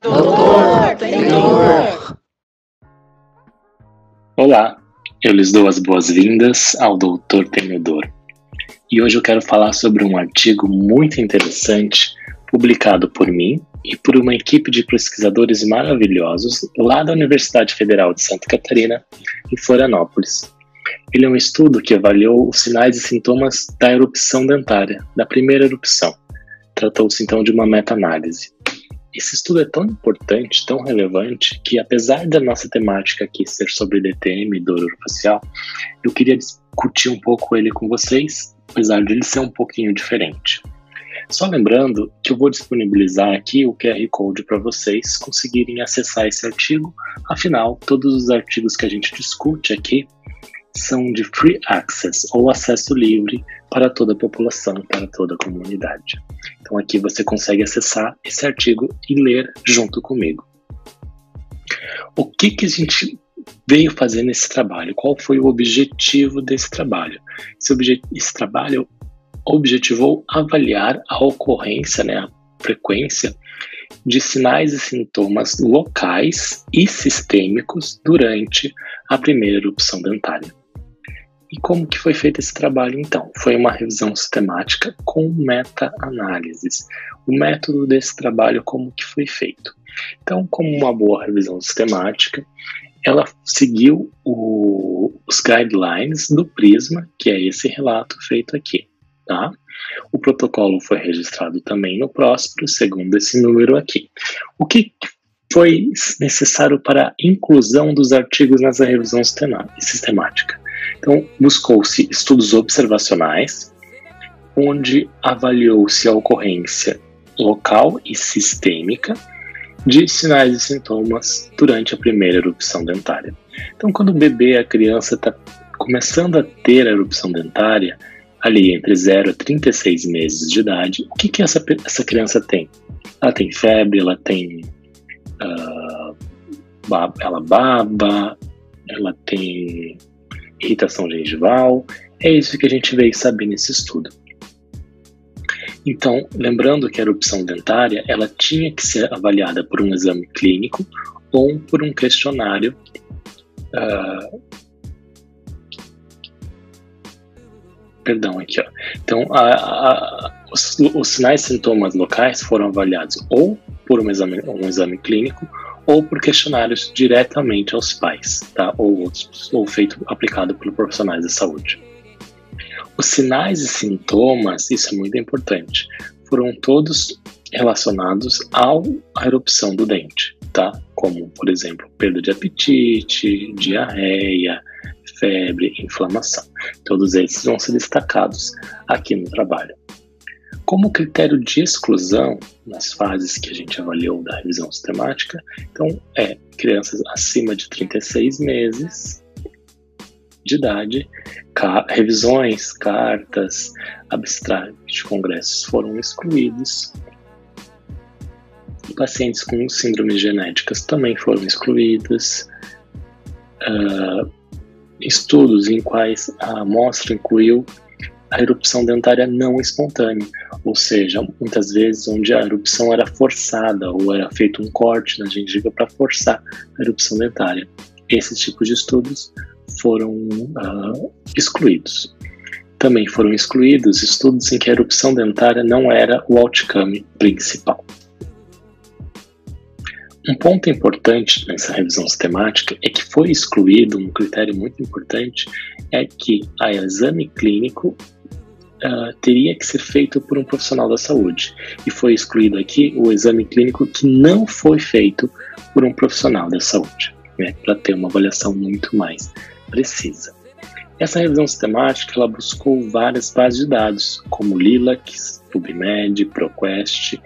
Doutor Tenor! Olá, eu lhes dou as boas-vindas ao Doutor Tenedor. E hoje eu quero falar sobre um artigo muito interessante publicado por mim e por uma equipe de pesquisadores maravilhosos lá da Universidade Federal de Santa Catarina, em Florianópolis. Ele é um estudo que avaliou os sinais e sintomas da erupção dentária, da primeira erupção. Tratou-se então de uma meta-análise. Esse estudo é tão importante, tão relevante, que apesar da nossa temática aqui ser sobre DTM e dor orofacial, eu queria discutir um pouco ele com vocês, apesar de ele ser um pouquinho diferente. Só lembrando que eu vou disponibilizar aqui o QR Code para vocês conseguirem acessar esse artigo, afinal, todos os artigos que a gente discute aqui são de free access, ou acesso livre para toda a população, para toda a comunidade. Então aqui você consegue acessar esse artigo e ler junto comigo. O que a gente veio fazer nesse trabalho? Qual foi o objetivo desse trabalho? Esse trabalho objetivou avaliar a ocorrência, a frequência de sinais e sintomas locais e sistêmicos durante a primeira erupção dentária. E como que foi feito esse trabalho, então? Foi uma revisão sistemática com meta-análises. O método desse trabalho, como que foi feito? Então, como uma boa revisão sistemática, ela seguiu os guidelines do PRISMA, que é esse relato feito aqui, tá? O protocolo foi registrado também no Próspero, segundo esse número aqui. O que foi necessário para a inclusão dos artigos nessa revisão sistemática? Então, buscou-se estudos observacionais, onde avaliou-se a ocorrência local e sistêmica de sinais e sintomas durante a primeira erupção dentária. Então, quando o bebê, a criança está começando a ter a erupção dentária, ali entre 0 a 36 meses de idade, o que essa criança tem? Ela tem febre, ela tem... ela baba, ela tem irritação gengival. É isso que a gente veio saber nesse estudo. Então, lembrando que a erupção dentária, ela tinha que ser avaliada por um exame clínico ou por um questionário Então, os sinais e sintomas locais foram avaliados ou por um exame clínico ou por questionários diretamente aos pais, tá? ou aplicado por profissionais da saúde. Os sinais e sintomas, isso é muito importante, foram todos relacionados à erupção do dente, tá? Como, por exemplo, perda de apetite, diarreia, febre, inflamação. Todos esses vão ser destacados aqui no trabalho. Como critério de exclusão, nas fases que a gente avaliou da revisão sistemática, então crianças acima de 36 meses de idade, revisões, cartas, abstratos de congressos foram excluídos, pacientes com síndromes genéticas também foram excluídos, estudos em quais a amostra incluiu a erupção dentária não espontânea, ou seja, muitas vezes onde a erupção era forçada ou era feito um corte na gengiva para forçar a erupção dentária. Esses tipos de estudos foram excluídos. Também foram excluídos estudos em que a erupção dentária não era o outcome principal. Um ponto importante nessa revisão sistemática é que foi excluído um critério muito importante, é que o exame clínico teria que ser feito por um profissional da saúde. E foi excluído aqui o exame clínico que não foi feito por um profissional da saúde, para ter uma avaliação muito mais precisa. Essa revisão sistemática ela buscou várias bases de dados, como LILAC, PubMed, ProQuest,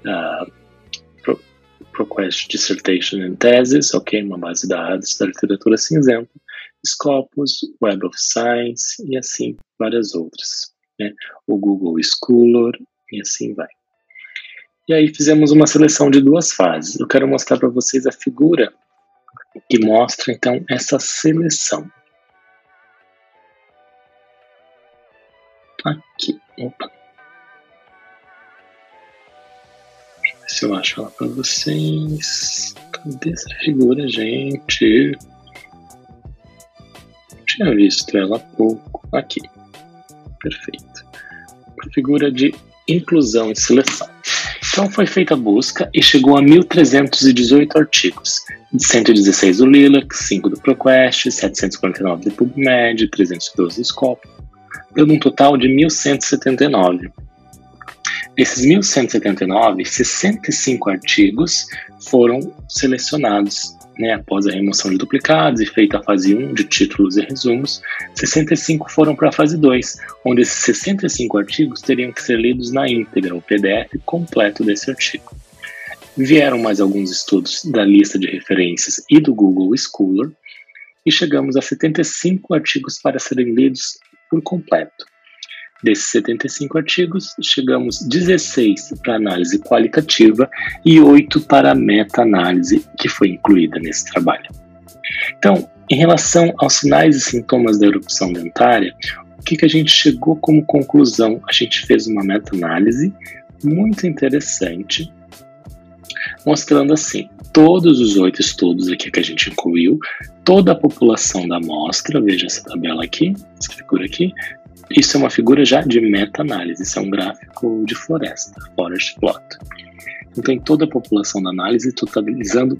ProQuest Dissertation and Thesis, uma base de dados da literatura cinzenta, Scopus, Web of Science e assim várias outras. O Google Scholar e assim vai. E aí fizemos uma seleção de duas fases. Eu quero mostrar para vocês a figura que mostra então essa seleção. Aqui, ver se eu acho ela para vocês. Cadê essa figura, gente? Tinha visto ela há pouco. Aqui. Perfeito. A figura de inclusão e seleção. Então foi feita a busca e chegou a 1.318 artigos, 116 do Lilac, 5 do ProQuest, 749 do PubMed, 312 do Scopus, dando um total de 1.179. Desses 1.179, 65 artigos foram selecionados, após a remoção de duplicados e feita a fase 1 de títulos e resumos. 65 foram para a fase 2, onde esses 65 artigos teriam que ser lidos na íntegra, o PDF completo desse artigo. Vieram mais alguns estudos da lista de referências e do Google Scholar, e chegamos a 75 artigos para serem lidos por completo. Desses 75 artigos, chegamos 16 para análise qualitativa e 8 para meta-análise, que foi incluída nesse trabalho. Então, em relação aos sinais e sintomas da erupção dentária, o que a gente chegou como conclusão? A gente fez uma meta-análise muito interessante, mostrando assim, todos os 8 estudos aqui que a gente incluiu, toda a população da amostra, veja essa tabela aqui, essa figura aqui. Isso é uma figura já de meta-análise, isso é um gráfico de floresta, forest plot. Então tem toda a população da análise, totalizando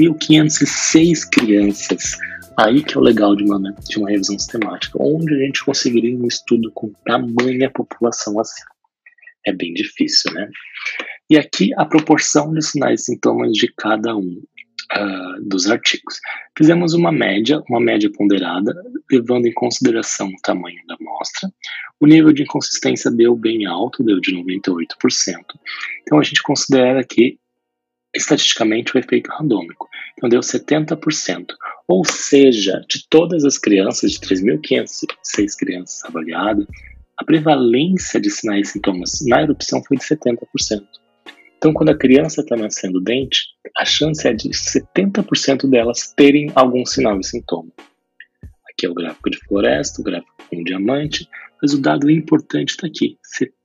3.506 crianças. Aí que é o legal de uma revisão sistemática, onde a gente conseguiria um estudo com tamanha população assim. É bem difícil, né? E aqui a proporção de sinais e sintomas de cada um dos artigos. Fizemos uma média ponderada, levando em consideração o tamanho da amostra. O nível de inconsistência deu bem alto, deu de 98%. Então a gente considera que, estatisticamente, o efeito randômico. Então deu 70%. Ou seja, de todas as crianças, de 3.506 crianças avaliadas, a prevalência de sinais e sintomas na erupção foi de 70%. Então, quando a criança está nascendo dente, a chance é de 70% delas terem algum sinal e sintoma. Aqui é o gráfico de floresta, o gráfico com diamante, mas o dado importante está aqui.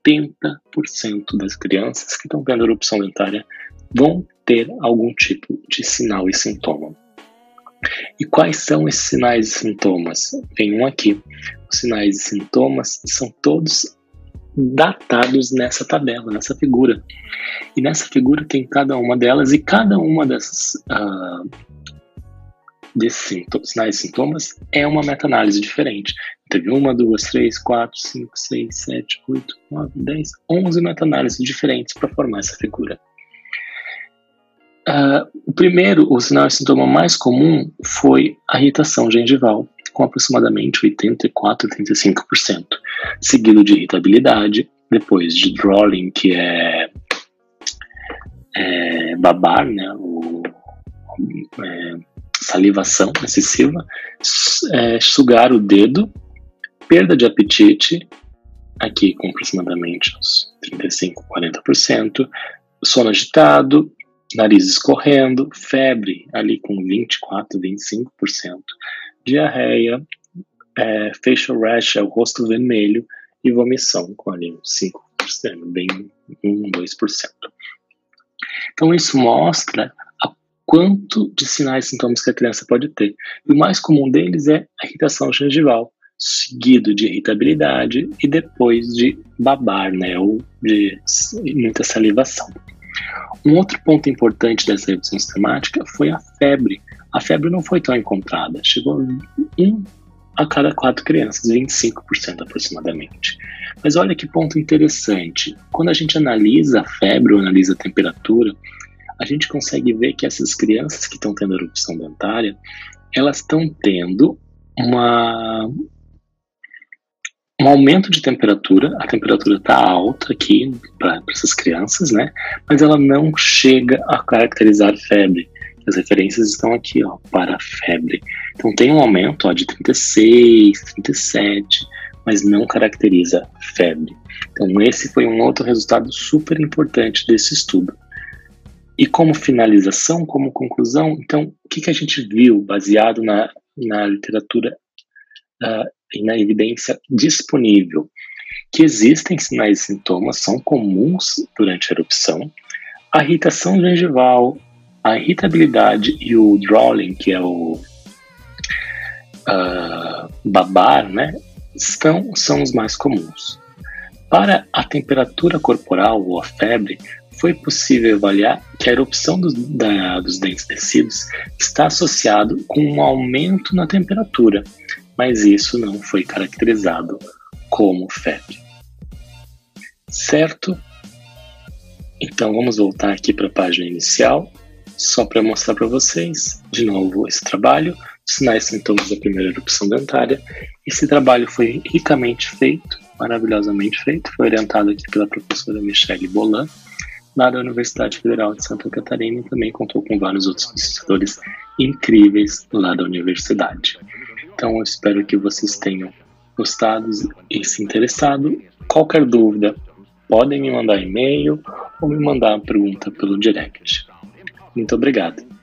70% das crianças que estão tendo erupção dentária vão ter algum tipo de sinal e sintoma. E quais são esses sinais e sintomas? Vem um aqui. Os sinais e sintomas são todos datados nessa tabela, nessa figura. E nessa figura tem cada uma delas, e cada uma desses sinais e sintomas é uma meta-análise diferente. Teve 1, 2, 3, 4, 5, 6, 7, 8, 9, 10, 11 meta-análises diferentes para formar essa figura. O primeiro, o sinal e sintoma mais comum foi a irritação gengival, com aproximadamente 84 a 85%, seguido de irritabilidade, depois de drooling, que é babar, né, salivação excessiva, sugar o dedo, perda de apetite, aqui com aproximadamente uns 35 a 40%, sono agitado, nariz escorrendo, febre ali com 24 a 25%, diarreia, facial rash, o rosto vermelho, e vomição com ali 5%, bem 1, 2%. Então isso mostra quanto de sinais e sintomas que a criança pode ter. E o mais comum deles é a irritação gengival, seguido de irritabilidade e depois de babar, né, ou de muita salivação. Um outro ponto importante dessa revisão sistemática foi a febre. A febre não foi tão encontrada, chegou a 1 a cada 4 crianças, 25% aproximadamente. Mas olha que ponto interessante, quando a gente analisa a febre ou analisa a temperatura, a gente consegue ver que essas crianças que estão tendo erupção dentária, elas estão tendo um aumento de temperatura, a temperatura está alta aqui para essas crianças, né? Mas ela não chega a caracterizar febre. As referências estão aqui, ó, para a febre. Então tem um aumento, ó, de 36, 37, mas não caracteriza febre. Então esse foi um outro resultado super importante desse estudo. E como finalização, como conclusão, então o que a gente viu baseado na literatura e na evidência disponível? Que existem sinais e sintomas, são comuns durante a erupção, A irritação gengival, a irritabilidade e o drooling, que é o babar, né, são os mais comuns. Para a temperatura corporal ou a febre, foi possível avaliar que a erupção dos dentes descidos está associado com um aumento na temperatura, mas isso não foi caracterizado como febre. Certo? Então vamos voltar aqui para a página inicial, só para mostrar para vocês, de novo, esse trabalho, sinais e sintomas da primeira erupção dentária. Esse trabalho foi ricamente feito, maravilhosamente feito, foi orientado aqui pela professora Michele Bolan, lá da Universidade Federal de Santa Catarina, e também contou com vários outros pesquisadores incríveis lá da universidade. Então eu espero que vocês tenham gostado e se interessado. Qualquer dúvida, podem me mandar e-mail ou me mandar uma pergunta pelo direct. Muito obrigado.